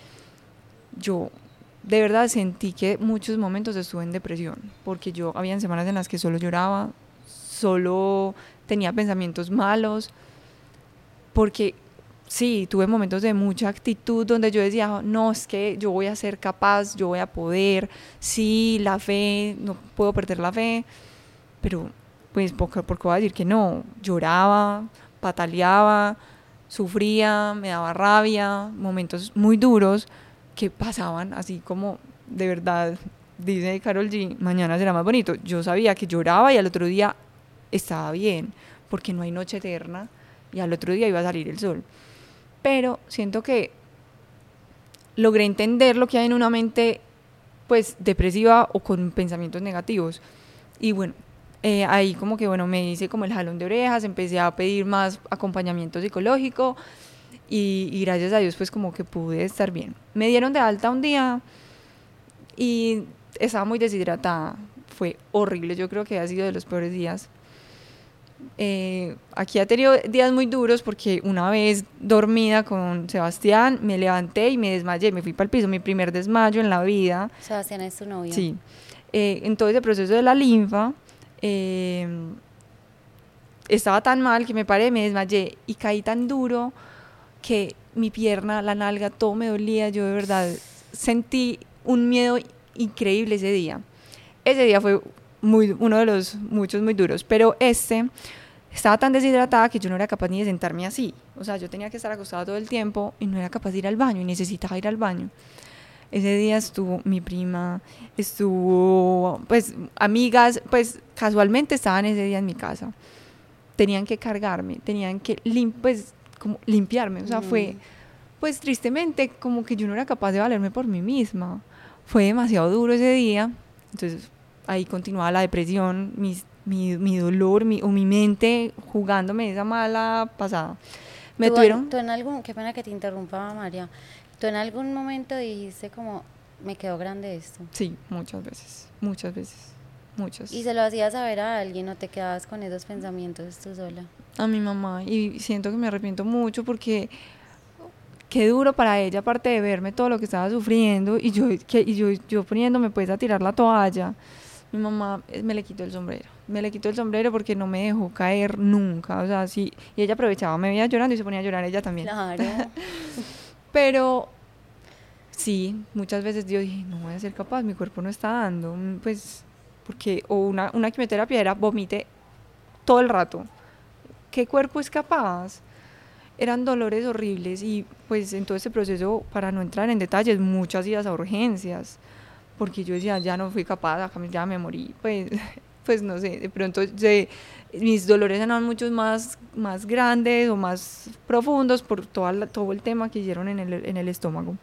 Yo de verdad sentí que muchos momentos estuve en depresión, porque yo, habían semanas en las que solo lloraba, solo tenía pensamientos malos, porque sí, tuve momentos de mucha actitud donde yo decía, no, es que yo voy a ser capaz, yo voy a poder, sí, la fe, no puedo perder la fe, pero pues porque, porque voy a decir que no, lloraba, pataleaba, sufría, me daba rabia, momentos muy duros que pasaban así como, de verdad, dice Karol G, mañana será más bonito. Yo sabía que lloraba y al otro día estaba bien, porque no hay noche eterna y al otro día iba a salir el sol. Pero siento que logré entender lo que hay en una mente pues depresiva o con pensamientos negativos. Y bueno, eh, ahí como que bueno, me hice como el jalón de orejas, empecé a pedir más acompañamiento psicológico y, y gracias a Dios pues como que pude estar bien. Me dieron de alta un día y estaba muy deshidratada, fue horrible, yo creo que ha sido de los peores días. Eh, aquí ha tenido días muy duros porque una vez dormida con Sebastián me levanté y me desmayé, me fui para el piso, mi primer desmayo en la vida. Sebastián es tu novio. Sí, eh, en todo ese proceso de la linfa eh, estaba tan mal que me paré, me desmayé y caí tan duro que mi pierna, la nalga, todo me dolía. Yo de verdad sentí un miedo increíble ese día. Ese día fue muy, uno de los muchos muy duros, pero este estaba tan deshidratada que yo no era capaz ni de sentarme así. O sea, yo tenía que estar acostada todo el tiempo y no era capaz de ir al baño y necesitaba ir al baño. Ese día estuvo mi prima, estuvo, pues, amigas, pues, casualmente estaban ese día en mi casa. Tenían que cargarme, tenían que lim pues, como limpiarme. O sea, mm. fue, pues, tristemente, como que yo no era capaz de valerme por mí misma. Fue demasiado duro ese día. Entonces, ahí continuaba la depresión, mis, mi, mi dolor, mi, o mi mente jugándome esa mala pasada. Me ¿Tú, tuvieron... tú en algún, qué pena que te interrumpa, María, ¿tú en algún momento dijiste como, me quedó grande esto? Sí, muchas veces, muchas veces, muchas. ¿Y se lo hacías saber a alguien o te quedabas con esos pensamientos tú sola? A mi mamá, y siento que me arrepiento mucho porque qué duro para ella, aparte de verme todo lo que estaba sufriendo, y yo, que, y yo, yo poniéndome pues a tirar la toalla. Mi mamá me le quitó el sombrero, me le quitó el sombrero porque no me dejó caer nunca, o sea, sí, y ella aprovechaba, me veía llorando y se ponía a llorar ella también. Claro. Pero sí, muchas veces yo dije, no voy a ser capaz, mi cuerpo no está dando, pues, porque, o una, una quimioterapia era vomite todo el rato. ¿Qué cuerpo es capaz? Eran dolores horribles y pues en todo ese proceso, para no entrar en detalles, muchas idas a urgencias, porque yo decía, ya no fui capaz, ya me morí, pues, pues no sé, de pronto de, mis dolores eran muchos más, más grandes o más profundos por toda la, todo el tema que hicieron en el, en el estómago.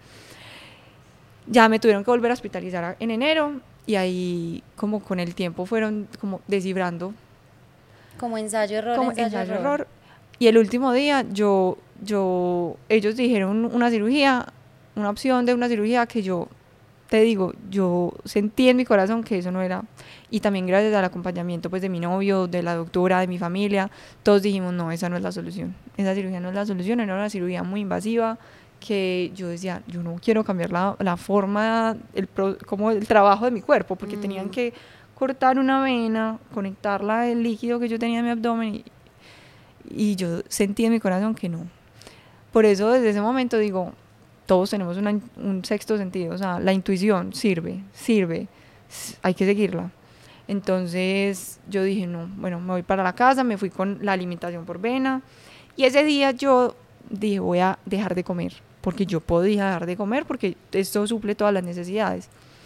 Ya me tuvieron que volver a hospitalizar en enero y ahí como con el tiempo fueron como descifrando. Como ensayo, error, como ensayo, ensayo, error. error. Y el último día yo, yo, ellos dijeron una cirugía, una opción de una cirugía que yo, te digo, yo sentí en mi corazón que eso no era. Y también gracias al acompañamiento pues de mi novio, de la doctora, de mi familia, todos dijimos, no, esa no es la solución. Esa cirugía no es la solución, era una cirugía muy invasiva que yo decía, yo no quiero cambiar la, la forma, el pro, como el trabajo de mi cuerpo, porque mm. tenían que cortar una vena, conectarla al líquido que yo tenía en mi abdomen y, y yo sentí en mi corazón que no. Por eso desde ese momento digo, todos tenemos una, un sexto sentido, o sea, la intuición sirve, sirve, hay que seguirla. Entonces yo dije, no, bueno, me voy para la casa, me fui con la alimentación por vena y ese día yo dije, voy a dejar de comer, porque yo podía dejar de comer porque esto suple todas las necesidades.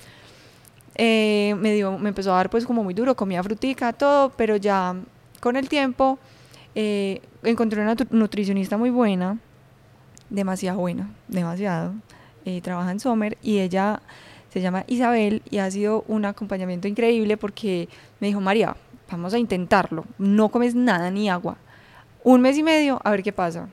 Eh, me, dio, me empezó a dar pues como muy duro, comía frutica, todo, pero ya con el tiempo eh, encontré una nutricionista muy buena, demasiado buena, demasiado, eh, trabaja en Sommer y ella se llama Isabel y ha sido un acompañamiento increíble porque me dijo, María, vamos a intentarlo, no comes nada ni agua, un mes y medio a ver qué pasa.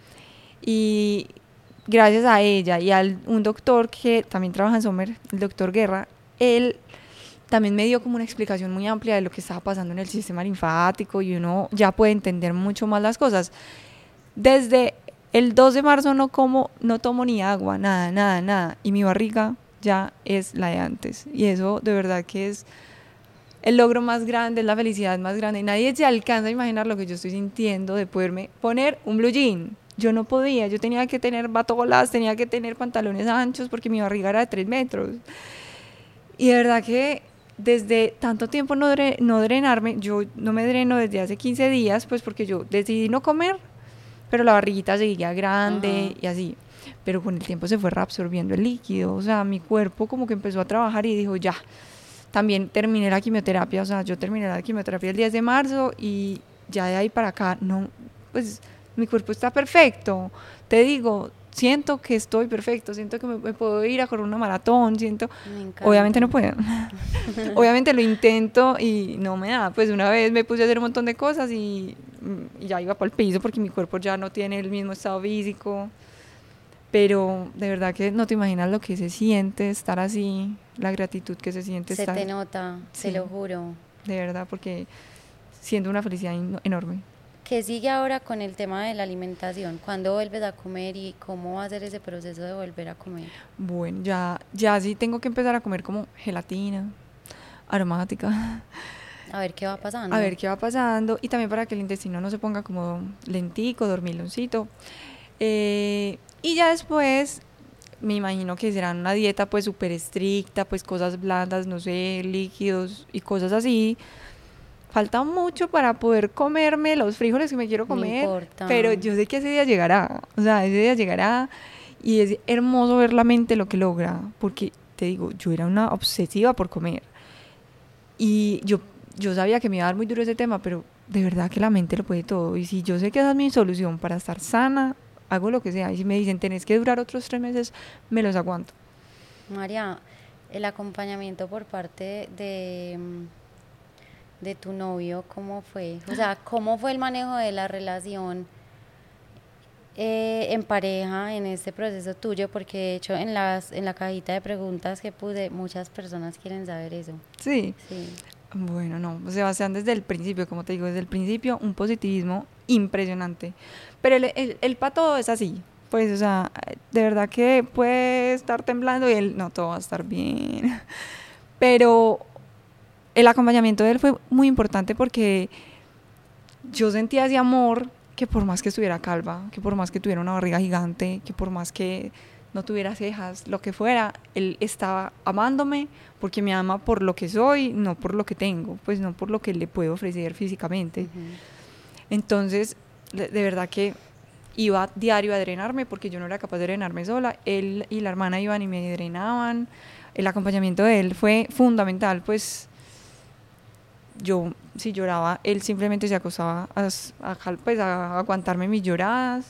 Y gracias a ella y a un doctor que también trabaja en Sommer, el doctor Guerra, él también me dio como una explicación muy amplia de lo que estaba pasando en el sistema linfático y uno ya puede entender mucho más las cosas. Desde el dos de marzo no como, no tomo ni agua, nada, nada, nada, y mi barriga ya es la de antes, y eso de verdad que es el logro más grande, es la felicidad más grande, y nadie se alcanza a imaginar lo que yo estoy sintiendo de poderme poner un blue jean. Yo no podía, yo tenía que tener batolas, tenía que tener pantalones anchos porque mi barriga era de tres metros. Y de verdad que desde tanto tiempo no, dre no drenarme, yo no me dreno desde hace quince días, pues porque yo decidí no comer, pero la barriguita seguía grande uh-huh. y así. Pero con el tiempo se fue reabsorbiendo el líquido, o sea, mi cuerpo como que empezó a trabajar y dijo, ya, también terminé la quimioterapia, o sea, yo terminé la quimioterapia el diez de marzo y ya de ahí para acá, no, pues mi cuerpo está perfecto, te digo, siento que estoy perfecto, siento que me, me puedo ir a correr una maratón, siento, obviamente no puedo, obviamente lo intento y no me da, pues una vez me puse a hacer un montón de cosas y, y ya iba para el piso porque mi cuerpo ya no tiene el mismo estado físico, pero de verdad que no te imaginas lo que se siente estar así, la gratitud que se siente se estar. Se te nota, sí, te lo juro. De verdad, porque siendo una felicidad in- enorme. ¿Qué sigue ahora con el tema de la alimentación? ¿Cuándo vuelves a comer y cómo va a ser ese proceso de volver a comer? Bueno, ya, ya sí tengo que empezar a comer como gelatina aromática, A ver qué va pasando. a ver qué va pasando, y también para que el intestino no se ponga como lentico, dormiloncito. Eh, y ya después me imagino que será una dieta pues súper estricta, pues cosas blandas, no sé, líquidos y cosas así. Falta mucho para poder comerme los frijoles que me quiero No comer, importa. pero yo sé que ese día llegará, o sea, ese día llegará, y es hermoso ver la mente lo que logra, porque te digo, yo era una obsesiva por comer, y yo, yo sabía que me iba a dar muy duro ese tema, pero de verdad que la mente lo puede todo, y si yo sé que esa es mi solución para estar sana, hago lo que sea, y si me dicen tenés que durar otros tres meses, me los aguanto. María, el acompañamiento por parte de, de tu novio, ¿cómo fue? O sea, ¿cómo fue el manejo de la relación eh, en pareja en este proceso tuyo? Porque de hecho en las en la cajita de preguntas que puse, muchas personas quieren saber eso. Sí. Sí. Bueno, no, Sebastián desde el principio, como te digo, desde el principio un positivismo impresionante. Pero el, el, el pato es así, pues, o sea, de verdad que puede estar temblando y él, no, todo va a estar bien. Pero el acompañamiento de él fue muy importante porque yo sentía ese amor que por más que estuviera calva, que por más que tuviera una barriga gigante, que por más que no tuviera cejas, lo que fuera, él estaba amándome porque me ama por lo que soy, no por lo que tengo, pues no por lo que le puedo ofrecer físicamente. Uh-huh. Entonces, de, de verdad que iba diario a drenarme porque yo no era capaz de drenarme sola, él y la hermana iban y me drenaban, el acompañamiento de él fue fundamental, pues yo si lloraba, él simplemente se acostaba a, a, pues, a aguantarme mis lloradas,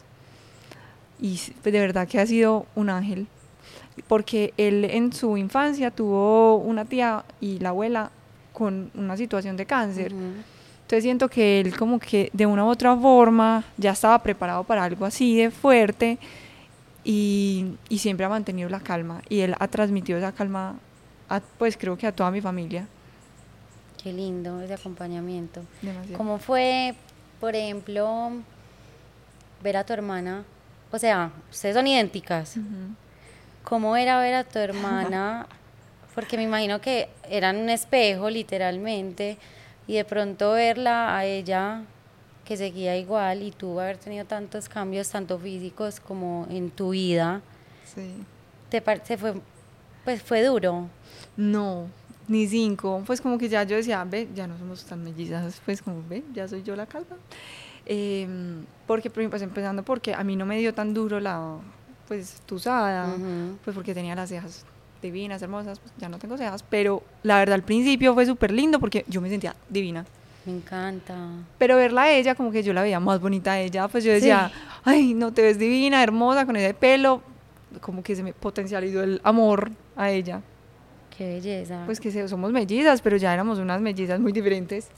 y pues de verdad que ha sido un ángel, porque él en su infancia tuvo una tía y la abuela con una situación de cáncer. Uh-huh. Entonces siento que él como que de una u otra forma ya estaba preparado para algo así de fuerte, y, y siempre ha mantenido la calma, y él ha transmitido esa calma a, pues creo que a toda mi familia. Qué lindo ese acompañamiento. Demasiado. ¿Cómo fue, por ejemplo, ver a tu hermana? O sea, ustedes son idénticas. Uh-huh. ¿Cómo era ver a tu hermana? Porque me imagino que eran un espejo, literalmente, y de pronto verla a ella, que seguía igual, y tú haber tenido tantos cambios, tanto físicos como en tu vida. Sí. ¿Te parece, fue, pues fue duro? No, ni cinco. Pues como que ya yo decía, ve, ya no somos tan mellizas, pues como, ve, ya soy yo la calva. Eh, porque, pues empezando porque a mí no me dio tan duro la, pues, tusada, uh-huh. pues porque tenía las cejas divinas, hermosas, pues ya no tengo cejas, pero la verdad al principio fue súper lindo porque yo me sentía divina. Me encanta. Pero verla a ella, como que yo la veía más bonita a ella, pues yo decía, sí. Ay, no, te ves divina, hermosa, con ese pelo, como que se me potencializó el amor a ella. Qué belleza. Pues que somos mellizas, pero ya éramos unas mellizas muy diferentes.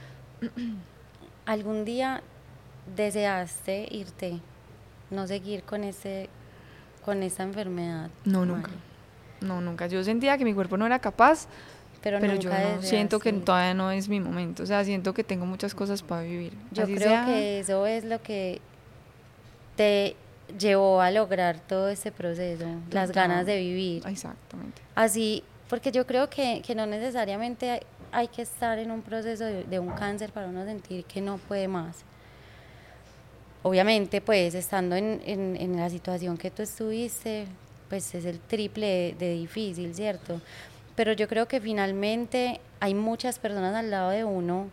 ¿Algún día deseaste irte, no seguir con ese, con esa enfermedad? No, nunca. María? No, nunca. Yo sentía que mi cuerpo no era capaz, pero, pero yo no, siento que todavía no es mi momento. O sea, siento que tengo muchas cosas para vivir. Yo Así creo sea... que eso es lo que te llevó a lograr todo ese proceso, Total. Las ganas de vivir. Exactamente. Así, porque yo creo que, que no necesariamente hay, hay que estar en un proceso de, de un cáncer para uno sentir que no puede más. Obviamente, pues, estando en, en, en la situación que tú estuviste, pues es el triple de, de difícil, ¿cierto? Pero yo creo que finalmente hay muchas personas al lado de uno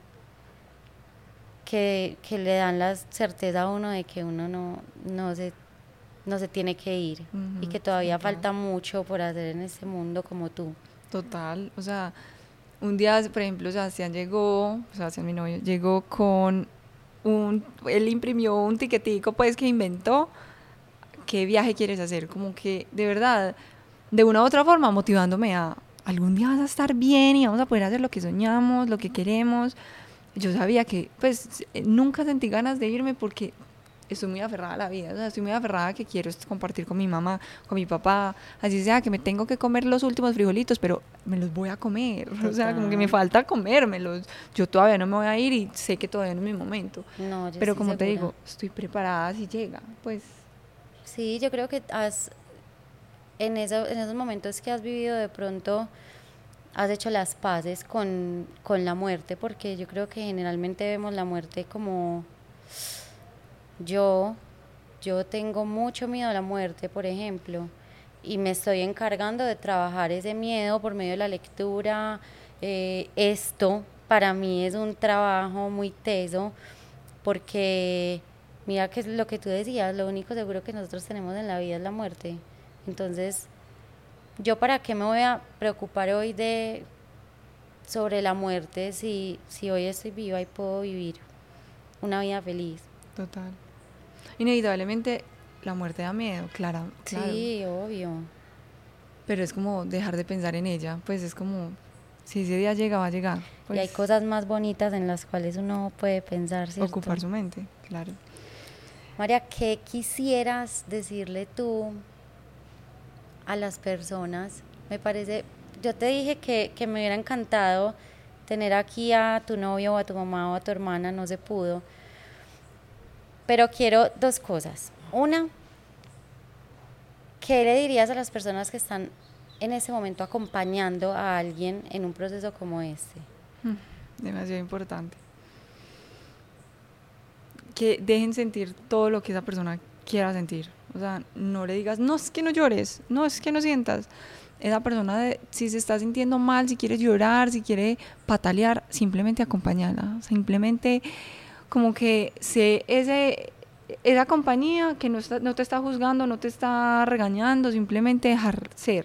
que, que le dan la certeza a uno de que uno no, no, se, no se tiene que ir, uh-huh, y que todavía total. Falta mucho por hacer en este mundo como tú. Total, o sea, un día, por ejemplo, Sebastián llegó, Sebastián, mi novio, llegó con un, él imprimió un tiquetico, pues, que inventó, ¿qué viaje quieres hacer? Como que, de verdad, de una u otra forma, motivándome a, algún día vas a estar bien y vamos a poder hacer lo que soñamos, lo que queremos. Yo sabía que, pues, nunca sentí ganas de irme porque estoy muy aferrada a la vida, o sea, estoy muy aferrada a que quiero compartir con mi mamá, con mi papá, así sea que me tengo que comer los últimos frijolitos, pero me los voy a comer, total. O sea, como que me falta comérmelos, yo todavía no me voy a ir y sé que todavía no es mi momento, no, yo pero como segura. te digo, estoy preparada si llega, pues. Sí, yo creo que has, en, eso, en esos momentos que has vivido de pronto has hecho las paces con, con la muerte, porque yo creo que generalmente vemos la muerte como yo, yo tengo mucho miedo a la muerte, por ejemplo, y me estoy encargando de trabajar ese miedo por medio de la lectura. Eh, esto para mí es un trabajo muy teso, porque mira que es lo que tú decías, lo único seguro que nosotros tenemos en la vida es la muerte. Entonces, ¿yo para qué me voy a preocupar hoy de sobre la muerte si, si hoy estoy viva y puedo vivir una vida feliz? Total. Inevitablemente la muerte da miedo, claro, claro. Sí, obvio. Pero es como dejar de pensar en ella, pues es como, si ese día llega, va a llegar. Pues, y hay cosas más bonitas en las cuales uno puede pensar, ¿cierto? Ocupar su mente, claro. María, ¿qué quisieras decirle tú a las personas? Me parece, yo te dije que, que me hubiera encantado tener aquí a tu novio o a tu mamá o a tu hermana, no se pudo. Pero quiero dos cosas. Una, ¿qué le dirías a las personas que están en ese momento acompañando a alguien en un proceso como este? Demasiado importante. Que dejen sentir todo lo que esa persona quiera sentir. O sea, no le digas, no, es que no llores, no, es que no sientas. Esa persona, de, si se está sintiendo mal, si quiere llorar, si quiere patalear, simplemente acompáñala. Simplemente como que sé ese, esa compañía que no, está, no te está juzgando, no te está regañando, simplemente dejar ser.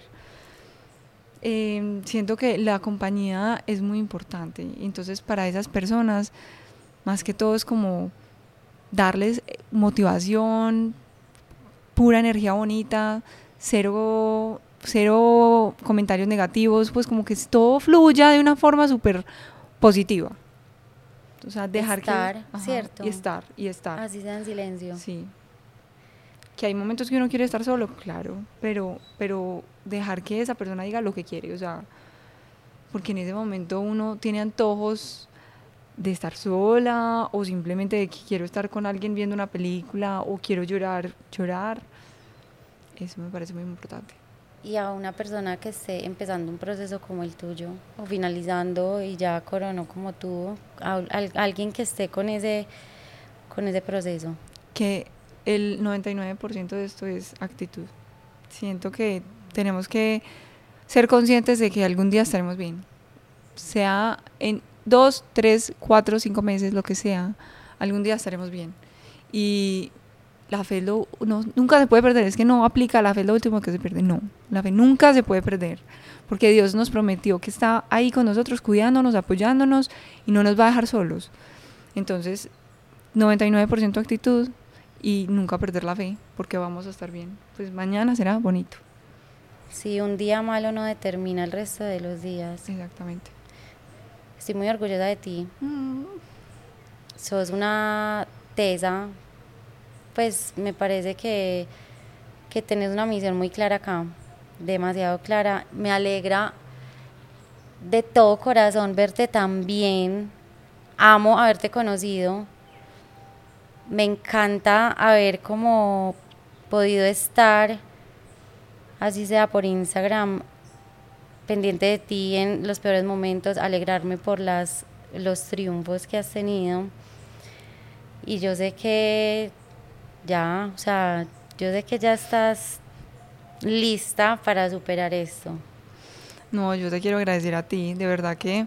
Eh, siento que la compañía es muy importante. Entonces, para esas personas, más que todo es como darles motivación, pura energía bonita, cero, cero comentarios negativos, pues como que todo fluya de una forma súper positiva. O sea, dejar estar, que... Ajá, ¿cierto? Y estar, y estar. Así sea en silencio. Sí. Que hay momentos que uno quiere estar solo, claro, pero, pero dejar que esa persona diga lo que quiere, o sea, porque en ese momento uno tiene antojos de estar sola o simplemente de que quiero estar con alguien viendo una película o quiero llorar, llorar. Eso me parece muy importante. Y a una persona que esté empezando un proceso como el tuyo o finalizando y ya coronó como tú, a, a, a alguien que esté con ese, con ese proceso. Que el noventa y nueve por ciento de esto es actitud. Siento que tenemos que ser conscientes de que algún día estaremos bien. Sea en dos, tres, cuatro, cinco meses, lo que sea, algún día estaremos bien. Y la fe lo, no, nunca se puede perder, es que no aplica la fe, es lo último que se pierde, no, la fe nunca se puede perder, porque Dios nos prometió que está ahí con nosotros, cuidándonos, apoyándonos y no nos va a dejar solos. Entonces, noventa y nueve por ciento actitud y nunca perder la fe, porque vamos a estar bien, pues mañana será bonito. Sí, un día malo no determina el resto de los días. Exactamente. Estoy muy orgullosa de ti. Mm. Sos una tesa, pues me parece que, que tenés una misión muy clara acá, demasiado clara. Me alegra de todo corazón verte tan bien. Amo haberte conocido. Me encanta haber como podido estar, así sea por Instagram, pendiente de ti en los peores momentos, alegrarme por las, los triunfos que has tenido. Y yo sé que ya, o sea, yo sé que ya estás lista para superar esto. No, yo te quiero agradecer a ti, de verdad que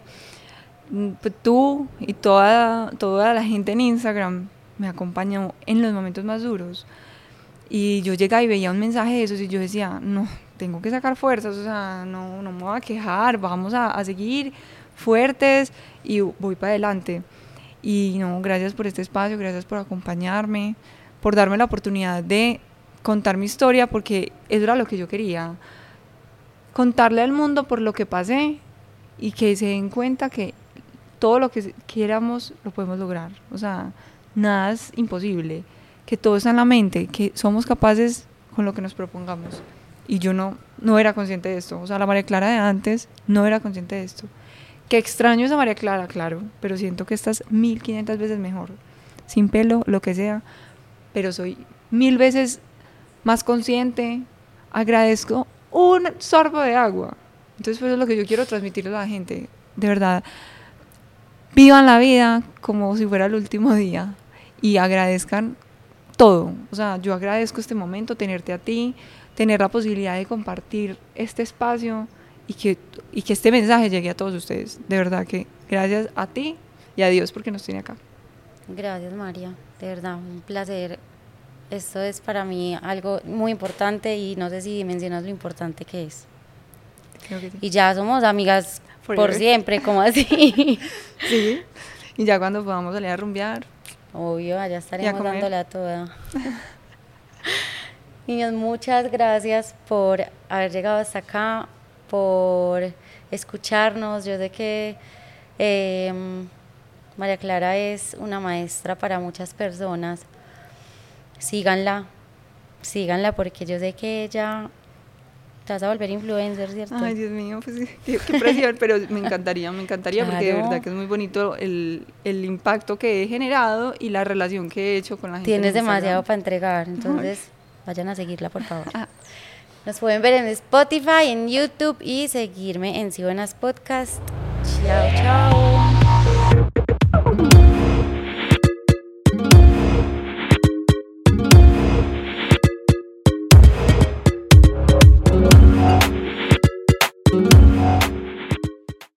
tú y toda, toda la gente en Instagram me acompañó en los momentos más duros. Y yo llegaba y veía un mensaje de esos y yo decía, no, tengo que sacar fuerzas, o sea, no, no me voy a quejar, vamos a, a seguir fuertes y voy para adelante. Y no, gracias por este espacio, gracias por acompañarme, por darme la oportunidad de contar mi historia, porque eso era lo que yo quería, contarle al mundo por lo que pasé y que se den cuenta que todo lo que queramos lo podemos lograr, o sea, nada es imposible, que todo está en la mente, que somos capaces con lo que nos propongamos. Y yo no, no era consciente de esto. O sea, la María Clara de antes no era consciente de esto. Que extraño esa María Clara, claro, pero siento que estás mil quinientas veces mejor. Sin pelo, lo que sea, pero soy mil veces más consciente. Agradezco un sorbo de agua. Entonces, pues eso es lo que yo quiero transmitirle a la gente. De verdad, vivan la vida como si fuera el último día y agradezcan todo. O sea, yo agradezco este momento, tenerte a ti, tener la posibilidad de compartir este espacio y que, y que este mensaje llegue a todos ustedes. De verdad que gracias a ti y a Dios porque nos tiene acá. Gracias, María, de verdad, un placer. Esto es para mí algo muy importante y no sé si dimensionas lo importante que es. Creo que sí. Y ya somos amigas Forever. por siempre, ¿cómo así? Sí, y ya cuando podamos salir a rumbear. Obvio, allá Y a estaremos comer. dándola toda. Niños, muchas gracias por haber llegado hasta acá, por escucharnos. Yo sé que eh, María Clara es una maestra para muchas personas. Síganla, síganla porque yo sé que ella te vas a volver influencer, ¿cierto? Ay, Dios mío, pues qué, qué presión, pero me encantaría, me encantaría porque de Claro. verdad que es muy bonito el, el impacto que he generado y la relación que he hecho con la gente. Tienes en Instagram. demasiado para entregar, entonces vayan a seguirla, por favor. Ah. Nos pueden ver en Spotify, en YouTube y seguirme en Si Buenas Podcast. Chao, chao.